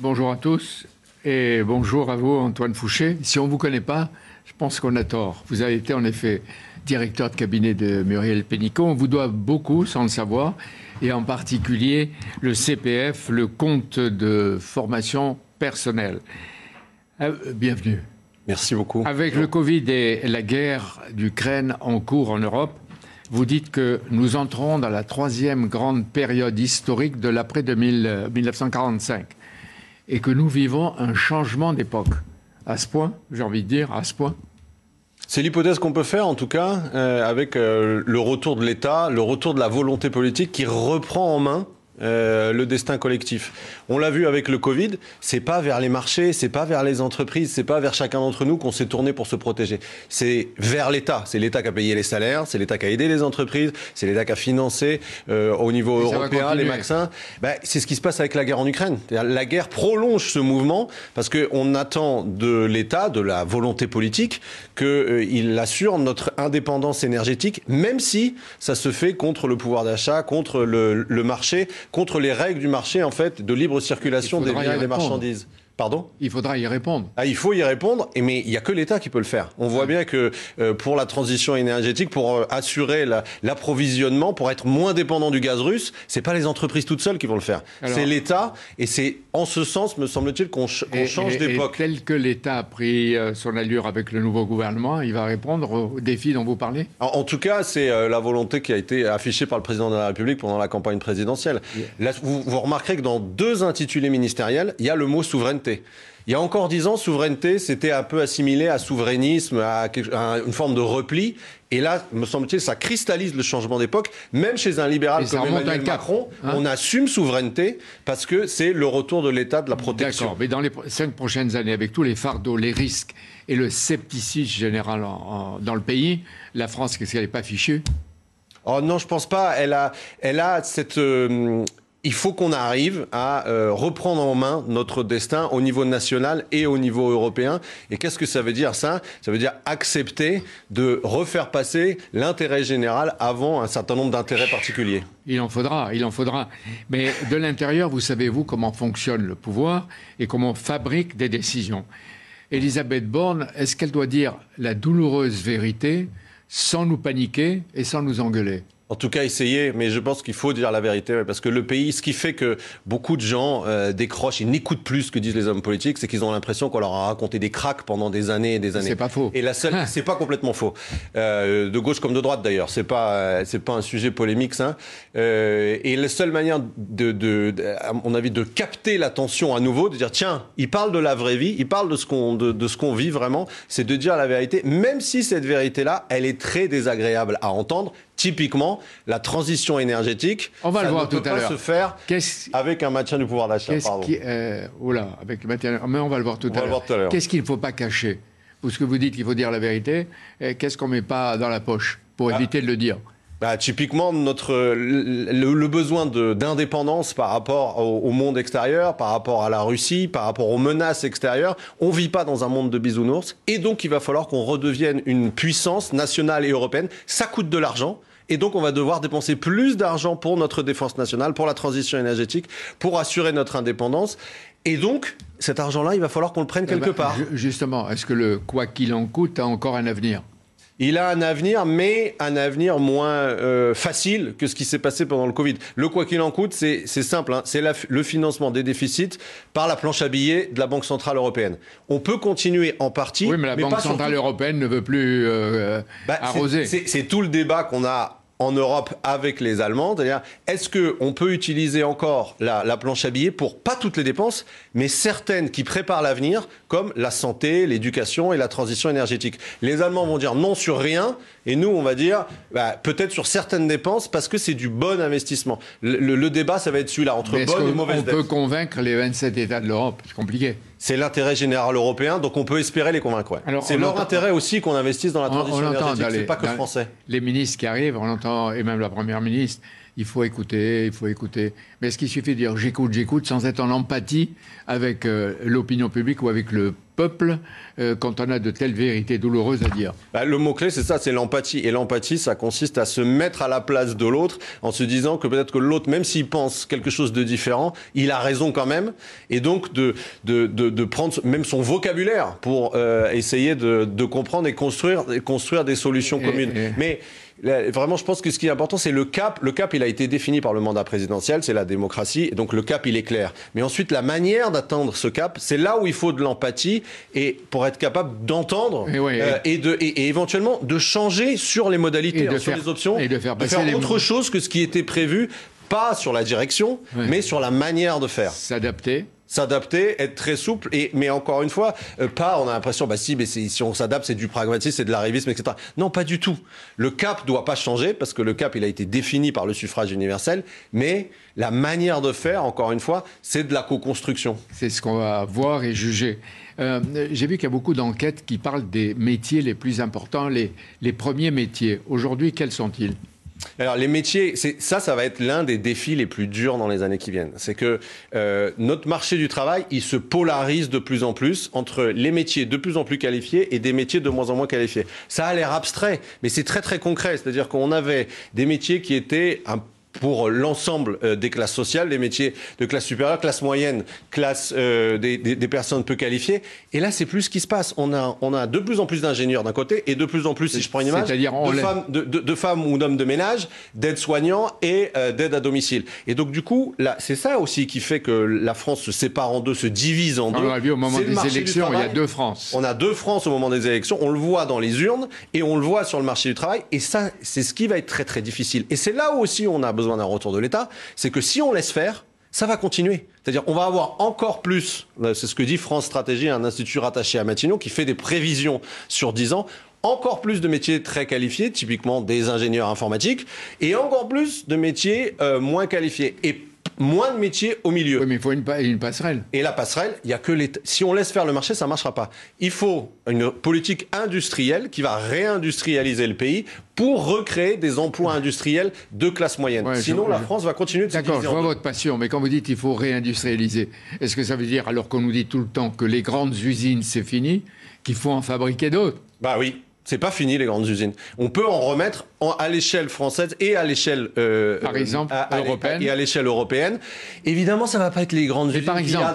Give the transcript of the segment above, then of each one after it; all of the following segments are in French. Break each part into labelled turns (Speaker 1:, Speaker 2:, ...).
Speaker 1: bonjour à tous et bonjour à vous, Antoine Fouché. Si on ne vous connaît pas, je pense qu'on a tort. Vous avez été en effet directeur de cabinet de Muriel Pénicaud. On vous doit beaucoup, sans le savoir, et en particulier le CPF, le compte de formation personnelle. Bienvenue.
Speaker 2: Merci beaucoup.
Speaker 1: Avec le Covid et la guerre d'Ukraine en cours en Europe, vous dites que nous entrons dans la troisième grande période historique de l'après-1945 et que nous vivons un changement d'époque. À ce point, j'ai envie de dire, à ce point.
Speaker 2: C'est l'hypothèse qu'on peut faire, en tout cas, avec le retour de l'État, le retour de la volonté politique qui reprend en main le destin collectif. On l'a vu avec le Covid, c'est pas vers les marchés, c'est pas vers les entreprises, c'est pas vers chacun d'entre nous qu'on s'est tourné pour se protéger. C'est vers l'État. C'est l'État qui a payé les salaires, c'est l'État qui a aidé les entreprises, c'est l'État qui a financé au niveau européen les vaccins. C'est ce qui se passe avec la guerre en Ukraine. La guerre prolonge ce mouvement parce qu'on attend de l'État, de la volonté politique, qu'il assure notre indépendance énergétique, même si ça se fait contre le pouvoir d'achat, contre le marché, contre les règles du marché, en fait, de libre circulation des biens et des marchandises. Pardon ?
Speaker 1: Il faudra y répondre.
Speaker 2: Il faut y répondre, mais il n'y a que l'État qui peut le faire. On voit bien que pour la transition énergétique, pour assurer l'approvisionnement, pour être moins dépendant du gaz russe, ce n'est pas les entreprises toutes seules qui vont le faire. C'est l'État, et c'est en ce sens, me semble-t-il, qu'on change d'époque.
Speaker 1: Et tel que l'État a pris son allure avec le nouveau gouvernement, il va répondre aux défis dont vous parlez ?
Speaker 2: En tout cas, c'est la volonté qui a été affichée par le président de la République pendant la campagne présidentielle. Là, vous remarquerez que dans 2 intitulés ministériels, il y a le mot souveraineté. Il y a encore 10 ans, souveraineté, c'était un peu assimilé à souverainisme, à une forme de repli. Et là, me semble-t-il, ça cristallise le changement d'époque. Même chez un libéral comme Emmanuel Macron, on assume souveraineté parce que c'est le retour de l'État, de la protection.
Speaker 1: D'accord, mais dans les 5 prochaines années, avec tous les fardeaux, les risques et le scepticisme général dans le pays, la France, qu'est-ce qu'elle n'est pas fichue ?
Speaker 2: Oh non, je pense pas. Elle a cette... Il faut qu'on arrive à reprendre en main notre destin au niveau national et au niveau européen. Et qu'est-ce que ça veut dire, ça ? Ça veut dire accepter de refaire passer l'intérêt général avant un certain nombre d'intérêts particuliers.
Speaker 1: Il en faudra. Mais de l'intérieur, vous savez-vous comment fonctionne le pouvoir et comment on fabrique des décisions. Elisabeth Borne, est-ce qu'elle doit dire la douloureuse vérité sans nous paniquer et sans nous engueuler ?
Speaker 2: En tout cas, essayer, mais je pense qu'il faut dire la vérité, parce que le pays, ce qui fait que beaucoup de gens décrochent, ils n'écoutent plus ce que disent les hommes politiques, c'est qu'ils ont l'impression qu'on leur a raconté des cracks pendant des années et des années.
Speaker 1: C'est pas faux.
Speaker 2: Et c'est pas complètement faux. De gauche comme de droite d'ailleurs, c'est pas un sujet polémique ça. Et la seule manière à mon avis, de capter l'attention à nouveau, de dire tiens, il parle de la vraie vie, il parle de ce qu'on vit vraiment, c'est de dire la vérité, même si cette vérité-là, elle est très désagréable à entendre. Typiquement, la transition énergétique,
Speaker 1: on va le voir tout à l'heure,
Speaker 2: se faire avec un maintien du pouvoir d'achat.
Speaker 1: Avec le maintien, mais on va le voir tout à l'heure. Qu'est-ce qu'il ne faut pas cacher ? Parce que vous dites qu'il faut dire la vérité, qu'est-ce qu'on ne met pas dans la poche pour éviter de le dire ?
Speaker 2: Typiquement, le besoin d'indépendance par rapport au monde extérieur, par rapport à la Russie, par rapport aux menaces extérieures. On ne vit pas dans un monde de bisounours. Et donc, il va falloir qu'on redevienne une puissance nationale et européenne. Ça coûte de l'argent. Et donc, on va devoir dépenser plus d'argent pour notre défense nationale, pour la transition énergétique, pour assurer notre indépendance. Et donc, cet argent-là, il va falloir qu'on le prenne quelque part.
Speaker 1: Justement, est-ce que le quoi qu'il en coûte a encore un avenir ?
Speaker 2: Il a un avenir, mais un avenir moins facile que ce qui s'est passé pendant le Covid. Le quoi qu'il en coûte, c'est simple, hein, c'est le financement des déficits par la planche à billets de la Banque Centrale Européenne. On peut continuer en partie.
Speaker 1: Oui, mais la Banque Centrale Européenne ne veut plus arroser.
Speaker 2: C'est tout le débat qu'on a en Europe avec les Allemands, c'est-à-dire est-ce qu'on peut utiliser encore la planche à billets pour pas toutes les dépenses, mais certaines qui préparent l'avenir, comme la santé, l'éducation et la transition énergétique. Les Allemands vont dire non sur rien, et nous on va dire peut-être sur certaines dépenses parce que c'est du bon investissement. Le débat, ça va être celui-là, entre bonnes et mauvaises dettes.
Speaker 1: On peut convaincre les 27 États de l'Europe, c'est compliqué.
Speaker 2: C'est l'intérêt général européen, donc on peut espérer les convaincre. Ouais. C'est leur intérêt aussi qu'on investisse dans la transition énergétique, c'est pas que français.
Speaker 1: Les ministres qui arrivent, on entend, et même la Première ministre, il faut écouter. Mais est-ce qu'il suffit de dire j'écoute sans être en empathie avec l'opinion publique ou avec le peuple quand on a de telles vérités douloureuses à dire?
Speaker 2: Le mot-clé, c'est ça, c'est l'empathie. Et l'empathie, ça consiste à se mettre à la place de l'autre en se disant que peut-être que l'autre, même s'il pense quelque chose de différent, il a raison quand même. Et donc de prendre même son vocabulaire pour essayer de comprendre et construire des solutions communes. Mais vraiment, je pense que ce qui est important, c'est le cap. Le cap, il a été défini par le mandat présidentiel, c'est la démocratie. Et donc, le cap, il est clair. Mais ensuite, la manière d'atteindre ce cap, c'est là où il faut de l'empathie et pour être capable d'entendre et éventuellement de changer sur les modalités, sur les options,
Speaker 1: et de faire
Speaker 2: autre chose que ce qui était prévu, pas sur la direction, mais sur la manière de faire. S'adapter, être très souple, mais encore une fois, on a l'impression, si on s'adapte, c'est du pragmatisme, c'est de l'arrivisme, etc. Non, pas du tout. Le cap doit pas changer, parce que le cap, il a été défini par le suffrage universel, mais la manière de faire, encore une fois, c'est de la co-construction.
Speaker 1: C'est ce qu'on va voir et juger. J'ai vu qu'il y a beaucoup d'enquêtes qui parlent des métiers les plus importants, les premiers métiers. Aujourd'hui, quels sont-ils ?
Speaker 2: Alors les métiers, ça va être l'un des défis les plus durs dans les années qui viennent. C'est que notre marché du travail, il se polarise de plus en plus entre les métiers de plus en plus qualifiés et des métiers de moins en moins qualifiés. Ça a l'air abstrait, mais c'est très très concret. C'est-à-dire qu'on avait des métiers qui étaient pour l'ensemble des classes sociales, des métiers de classe supérieure, classe moyenne, classe des personnes peu qualifiées. Et là, c'est plus ce qui se passe. On a de plus en plus d'ingénieurs d'un côté et de plus en plus, si je prends une image, de femmes ou d'hommes de ménage, d'aides-soignants et d'aides à domicile. Et donc, du coup, là, c'est ça aussi qui fait que la France se sépare en deux, se divise en deux.
Speaker 1: On l'a vu au moment des élections, il y a deux France.
Speaker 2: On a deux France au moment des élections. On le voit dans les urnes et on le voit sur le marché du travail. Et ça, c'est ce qui va être très, très difficile. Et c'est là où aussi on a besoin d'un retour de l'État, c'est que si on laisse faire, ça va continuer. C'est-à-dire on va avoir encore plus, c'est ce que dit France Stratégie, un institut rattaché à Matignon, qui fait des prévisions sur 10 ans, encore plus de métiers très qualifiés, typiquement des ingénieurs informatiques, et encore plus de métiers moins qualifiés. Et moins de métiers au milieu.
Speaker 1: Oui, mais il faut une passerelle.
Speaker 2: Et la passerelle, il y a que l'État. Si on laisse faire le marché, ça ne marchera pas. Il faut une politique industrielle qui va réindustrialiser le pays pour recréer des emplois industriels de classe moyenne. Sinon, la France va continuer de se diviser en deux.
Speaker 1: D'accord, je vois votre passion, mais quand vous dites qu'il faut réindustrialiser, est-ce que ça veut dire, alors qu'on nous dit tout le temps que les grandes usines, c'est fini, qu'il faut en fabriquer d'autres?
Speaker 2: Bah oui. C'est pas fini, les grandes usines. On peut en remettre à l'échelle française et à l'échelle
Speaker 1: par exemple européenne.
Speaker 2: Et à l'échelle européenne. Évidemment, ça va pas être les grandes usines.
Speaker 1: Par exemple,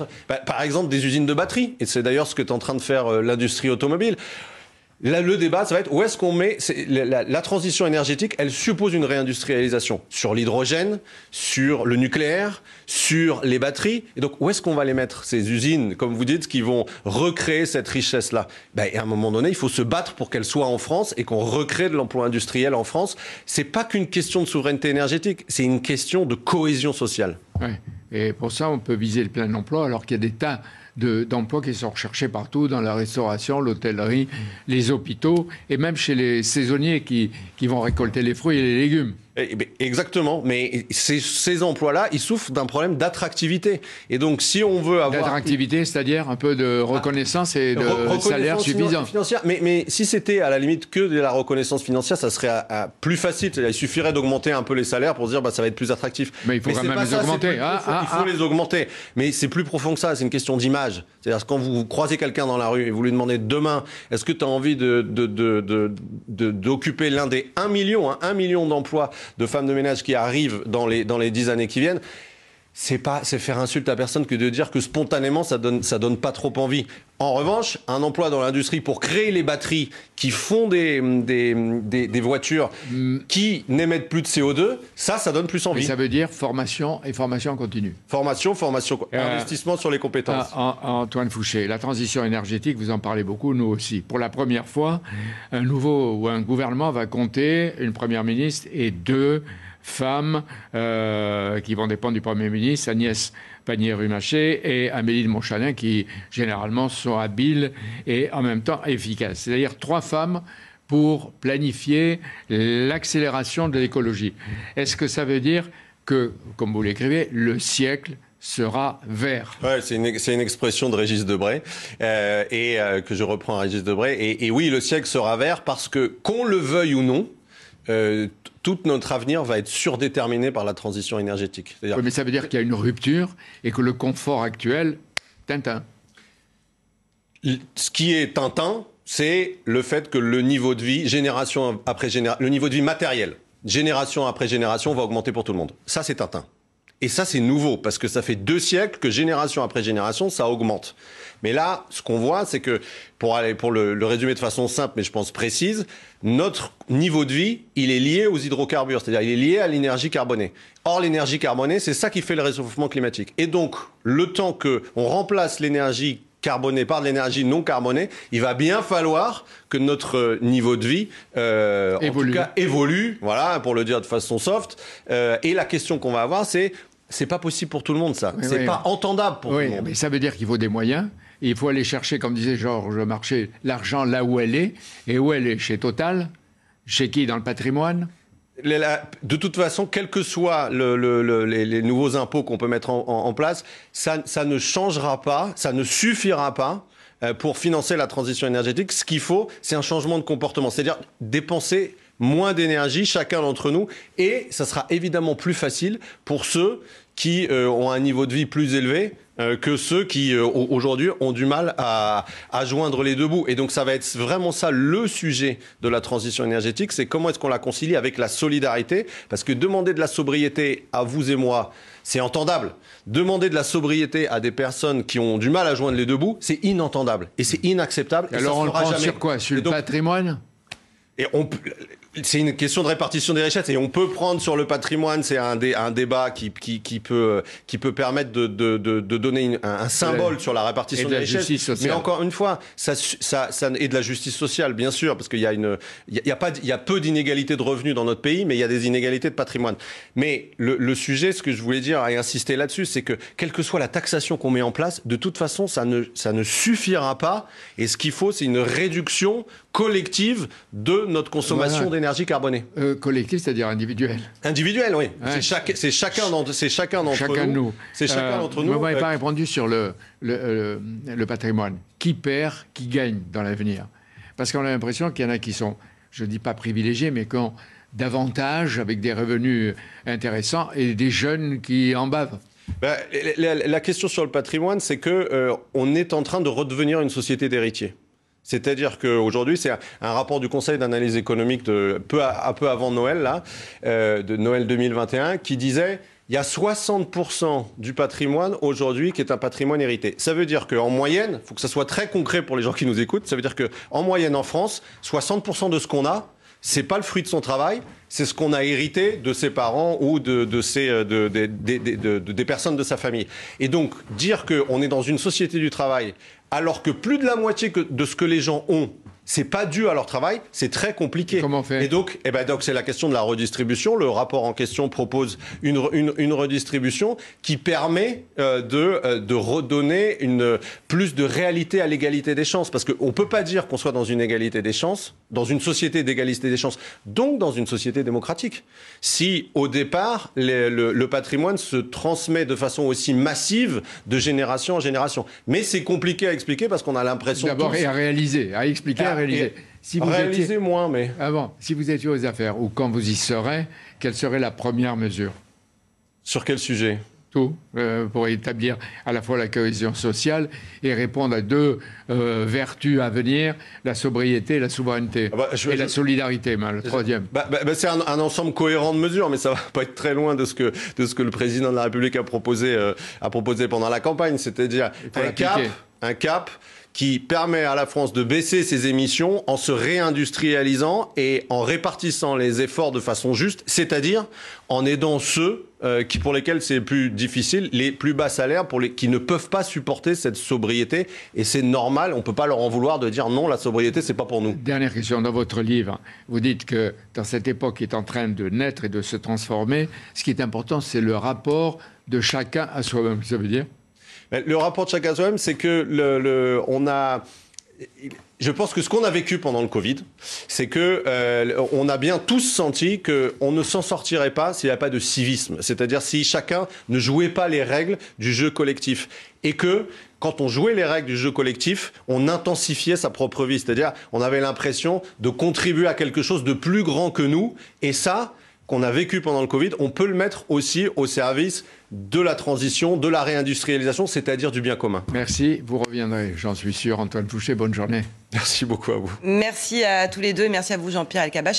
Speaker 2: par exemple, des usines de batterie. Et c'est d'ailleurs ce que est en train de faire l'industrie automobile. Là, le débat, ça va être où est-ce qu'on met... La transition énergétique, elle suppose une réindustrialisation sur l'hydrogène, sur le nucléaire, sur les batteries. Et donc, où est-ce qu'on va les mettre, ces usines, comme vous dites, qui vont recréer cette richesse-là? Et à un moment donné, il faut se battre pour qu'elle soit en France et qu'on recrée de l'emploi industriel en France. C'est pas qu'une question de souveraineté énergétique, c'est une question de cohésion sociale.
Speaker 1: Ouais. Et pour ça, on peut viser le plein emploi, alors qu'il y a des tas d'emplois qui sont recherchés partout, dans la restauration, l'hôtellerie, les hôpitaux, et même chez les saisonniers qui vont récolter les fruits et les légumes.
Speaker 2: Exactement, mais ces emplois-là, ils souffrent d'un problème d'attractivité. Et donc, si on veut avoir...
Speaker 1: D'attractivité, c'est-à-dire un peu de reconnaissance et de salaire suffisant.
Speaker 2: Financière. Mais si c'était à la limite que de la reconnaissance financière, ça serait plus facile. Il suffirait d'augmenter un peu les salaires pour se dire ça va être plus attractif.
Speaker 1: Mais il faut quand même les augmenter.
Speaker 2: Il faut les augmenter. Mais c'est plus profond que ça, c'est une question d'image. C'est-à-dire quand vous croisez quelqu'un dans la rue et vous lui demandez demain, est-ce que tu as envie d'occuper l'un des 1 million d'emplois de femmes de ménage qui arrivent dans les 10 années qui viennent, c'est faire insulte à personne que de dire que spontanément ça donne pas trop envie. En revanche, un emploi dans l'industrie pour créer les batteries qui font des voitures qui n'émettent plus de CO2, ça donne plus envie.
Speaker 1: Et ça veut dire formation et formation continue.
Speaker 2: Formation, investissement sur les compétences.
Speaker 1: Antoine Fouché, la transition énergétique, vous en parlez beaucoup, nous aussi. Pour la première fois, un gouvernement va compter une première ministre et 2 femmes qui vont dépendre du Premier ministre, Agnès Pannier-Runacher et Amélie de Montchalin, qui généralement sont habiles et en même temps efficaces. C'est-à-dire 3 femmes pour planifier l'accélération de l'écologie. Est-ce que ça veut dire que, comme vous l'écrivez, le siècle sera vert?
Speaker 2: Ouais, c'est une expression de Régis Debray que je reprends à Régis Debray. Et oui, le siècle sera vert parce que, qu'on le veuille ou non, tout notre avenir va être surdéterminé par la transition énergétique.
Speaker 1: Oui, mais ça veut dire qu'il y a une rupture et que le confort actuel, Tintin.
Speaker 2: Ce qui est Tintin, c'est le fait que le niveau de vie, génération après génération, le niveau de vie matériel, génération après génération, va augmenter pour tout le monde. Ça, c'est Tintin. Et ça, c'est nouveau, parce que ça fait 2 siècles que génération après génération, ça augmente. Mais là, ce qu'on voit, c'est que, pour le résumer de façon simple, mais je pense précise, notre niveau de vie, il est lié aux hydrocarbures, c'est-à-dire il est lié à l'énergie carbonée. Or, l'énergie carbonée, c'est ça qui fait le réchauffement climatique. Et donc, le temps qu'on remplace l'énergie carbonée par de l'énergie non carbonée, il va bien falloir que notre niveau de vie, en tout cas, évolue, voilà, pour le dire de façon soft. Et la question qu'on va avoir, c'est pas possible pour tout le monde, ça. C'est pas entendable pour tout le monde.
Speaker 1: Mais ça veut dire qu'il faut des moyens. Et il faut aller chercher, comme disait Georges Marchais, l'argent là où elle est. Et où elle est? Chez Total? Chez qui? Dans le patrimoine?
Speaker 2: De toute façon, quels que soient les nouveaux impôts qu'on peut mettre en place, ça ne changera pas, ça ne suffira pas pour financer la transition énergétique. Ce qu'il faut, c'est un changement de comportement, c'est-à-dire dépenser moins d'énergie, chacun d'entre nous, et ça sera évidemment plus facile pour ceux qui ont un niveau de vie plus élevé que ceux qui, aujourd'hui, ont du mal à joindre les deux bouts. Et donc, ça va être vraiment ça le sujet de la transition énergétique, c'est comment est-ce qu'on la concilie avec la solidarité, parce que demander de la sobriété à vous et moi, c'est entendable. Demander de la sobriété à des personnes qui ont du mal à joindre les deux bouts, c'est inentendable. Et c'est inacceptable.
Speaker 1: Et alors, on le prend sur quoi? Sur le patrimoine?
Speaker 2: C'est une question de répartition des richesses et on peut prendre sur le patrimoine, c'est un débat qui peut permettre de donner un symbole sur la répartition des richesses. Mais encore une fois, ça et de la justice sociale, bien sûr, parce qu'il y a peu d'inégalités de revenus dans notre pays, mais il y a des inégalités de patrimoine. Mais le sujet, ce que je voulais dire et insister là-dessus, c'est que quelle que soit la taxation qu'on met en place, de toute façon, ça ne suffira pas. Et ce qu'il faut, c'est une réduction collective de notre consommation d'énergie carbonée.
Speaker 1: Collective, c'est-à-dire individuelle.
Speaker 2: Individuelle, oui. Ouais. C'est chacun d'entre nous. C'est chacun d'entre nous.
Speaker 1: Vous m'avez pas répondu sur le patrimoine. Qui perd, qui gagne dans l'avenir? Parce qu'on a l'impression qu'il y en a qui sont, je ne dis pas privilégiés, mais qui ont davantage, avec des revenus intéressants, et des jeunes qui en bavent.
Speaker 2: La question sur le patrimoine, c'est qu'on est en train de redevenir une société d'héritiers. C'est-à-dire qu'aujourd'hui, c'est un rapport du Conseil d'analyse économique de peu avant Noël, là, de Noël 2021, qui disait il y a 60% du patrimoine aujourd'hui qui est un patrimoine hérité. Ça veut dire qu'en moyenne, il faut que ça soit très concret pour les gens qui nous écoutent, ça veut dire qu'en moyenne en France, 60% de ce qu'on a, c'est pas le fruit de son travail, c'est ce qu'on a hérité de ses parents ou des personnes de sa famille. Et donc, dire qu'on est dans une société du travail alors que plus de la moitié de ce que les gens ont, c'est pas dû à leur travail, c'est très compliqué.
Speaker 1: Comment on fait ?
Speaker 2: Et donc, c'est la question de la redistribution. Le rapport en question propose une redistribution qui permet de redonner plus de réalité à l'égalité des chances. Parce qu'on peut pas dire qu'on soit dans une égalité des chances, dans une société d'égalité des chances, donc dans une société démocratique. Si, au départ, le patrimoine se transmet de façon aussi massive de génération en génération. Mais c'est compliqué à expliquer parce qu'on a l'impression...
Speaker 1: D'abord, et à réaliser, à expliquer, à réaliser.
Speaker 2: Si vous réaliser moins, mais...
Speaker 1: Avant, si vous étiez aux affaires, ou quand vous y serez, quelle serait la première mesure?
Speaker 2: Sur quel sujet?
Speaker 1: Tout, pour établir à la fois la cohésion sociale et répondre à deux vertus à venir, la sobriété et la souveraineté. Et la solidarité, le troisième.
Speaker 2: C'est un ensemble cohérent de mesures, mais ça va pas être très loin de ce que le président de la République a proposé pendant la campagne, c'est-à-dire un cap qui permet à la France de baisser ses émissions en se réindustrialisant et en répartissant les efforts de façon juste, c'est-à-dire en aidant ceux pour lesquels c'est plus difficile, les plus bas salaires, qui ne peuvent pas supporter cette sobriété. Et c'est normal, on ne peut pas leur en vouloir de dire non, la sobriété, c'est pas pour nous.
Speaker 1: Dernière question, dans votre livre, vous dites que dans cette époque qui est en train de naître et de se transformer, ce qui est important, c'est le rapport de chacun à soi-même. Ça veut dire ?
Speaker 2: Le rapport de chacun à soi-même, c'est que je pense que ce qu'on a vécu pendant le Covid, c'est que on a bien tous senti qu'on ne s'en sortirait pas s'il n'y a pas de civisme. C'est-à-dire si chacun ne jouait pas les règles du jeu collectif. Et que quand on jouait les règles du jeu collectif, on intensifiait sa propre vie. C'est-à-dire on avait l'impression de contribuer à quelque chose de plus grand que nous. Et ça... qu'on a vécu pendant le Covid, on peut le mettre aussi au service de la transition, de la réindustrialisation, c'est-à-dire du bien commun.
Speaker 1: Merci, vous reviendrez, j'en suis sûr. Antoine Fouché, bonne journée.
Speaker 2: Merci beaucoup à vous.
Speaker 3: Merci à tous les deux, merci à vous Jean-Pierre Elkabbach.